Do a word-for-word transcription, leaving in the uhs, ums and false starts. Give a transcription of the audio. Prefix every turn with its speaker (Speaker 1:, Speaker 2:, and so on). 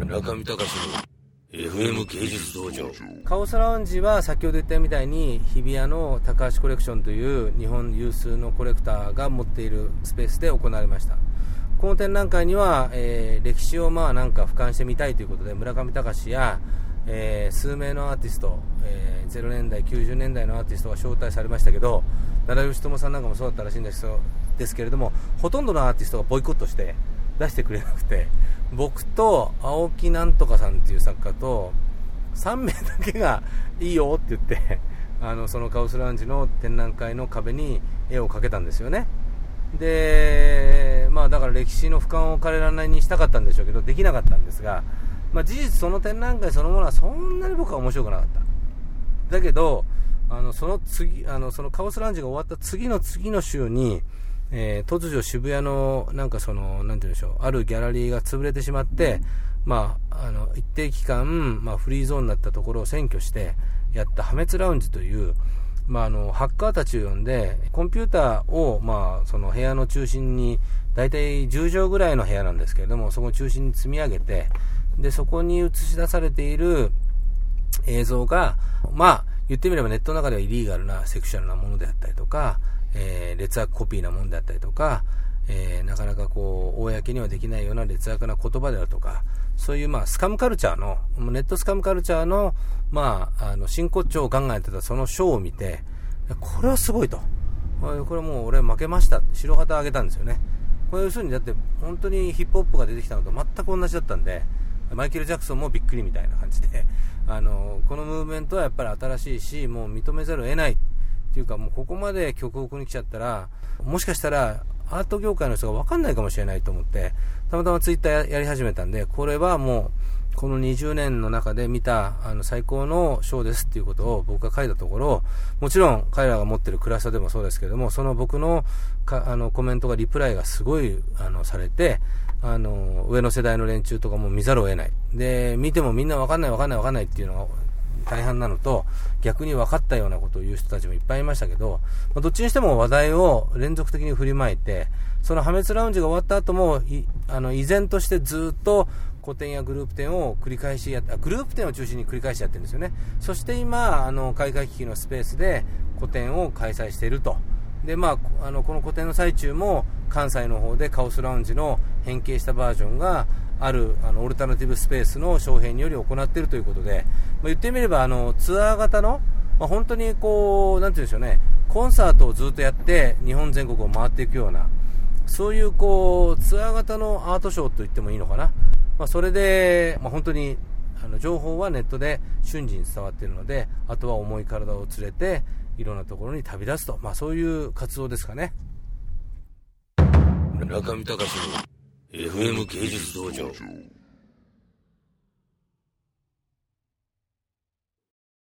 Speaker 1: 中見隆の エフエム 芸術道場。
Speaker 2: カオスラウンジは先ほど言ったみたいに日比谷の高橋コレクションという日本有数のコレクターが持っているスペースで行われました。この展覧会には、えー、歴史をまあなんか俯瞰してみたいということで村上隆や、えー、数名のアーティスト、えー、ゼロねんだいきゅうじゅうねんだいのアーティストが招待されましたけど、奈良義朝さんなんかもそうだったらしいんですですけれども、ほとんどのアーティストがボイコットして出してくれなくて、僕と青木なんとかさんっていう作家とさんめいだけがいいよって言ってあのそのカオスラウンジの展覧会の壁に絵を描けたんですよね。で、まあだから歴史の俯瞰を彼らなりにしたかったんでしょうけどできなかったんですが、まあ、事実その展覧会そのものはそんなに僕は面白くなかった。だけどあのその次あのそのカオスラウンジが終わった次の次の週にえー、突如渋谷のなんかそのなんて言うんでしょう、あるギャラリーが潰れてしまって、まあ、あの一定期間、まあ、フリーゾーンになったところを占拠してやった破滅ラウンジという、まあ、あのハッカーたちを呼んでコンピューターを、まあ、その部屋の中心にだいたいじゅうじょうぐらいの部屋なんですけれども、そこを中心に積み上げて、でそこに映し出されている映像が、まあ言ってみればネットの中ではイリーガルなセクシュアルなものであったりとか、えー、劣悪コピーなものであったりとか、えー、なかなかこう公にはできないような劣悪な言葉であるとか、そういうまあスカムカルチャーのネットスカムカルチャーのまああの真骨頂を考えてたそのショーを見て、これはすごいと、これもう俺負けました白旗あげたんですよね。これ要するにだって本当にヒップホップが出てきたのと全く同じだったんで、マイケル・ジャクソンもびっくりみたいな感じで、あのこのムーブメントはやっぱり新しいし、もう認めざるを得ないっていうか、もうここまで極北に来ちゃったらもしかしたらアート業界の人が分かんないかもしれないと思ってたまたまツイッター や, やり始めたんで、これはもうこのにじゅうねんの中で見たあの最高のショーですっていうことを僕が書いたところ、もちろん彼らが持ってるクラスターでもそうですけれども、その僕のかあのコメントがリプライがすごいあのされて、あの上の世代の連中とかも見ざるを得ないで、見てもみんな分かんない分かんない分かんないっていうのが大半なのと、逆に分かったようなことを言う人たちもいっぱいいましたけど、まあ、どっちにしても話題を連続的に振りまいて、その破滅ラウンジが終わった後もいあの依然としてずっと個展やグループ展を繰り返しやってグループ展を中心に繰り返しやってるんですよね。そして今あの開会危機のスペースで個展を開催していると。で、まあ、あのこの個展の最中も関西の方でカオスラウンジの変形したバージョンがあるあのオルタナティブスペースの招聘により行っているということで、まあ、言ってみればあのツアー型の、まあ、本当にこうなんていうんでしょうね、コンサートをずっとやって日本全国を回っていくような、そういうこうツアー型のアートショーと言ってもいいのかな。まあ、それで、まあ、本当にあの情報はネットで瞬時に伝わっているので、あとは重い体を連れていろんなところに旅立つと、まあ、そういう活動ですかね。
Speaker 1: 中見隆の エフエム 芸術道場。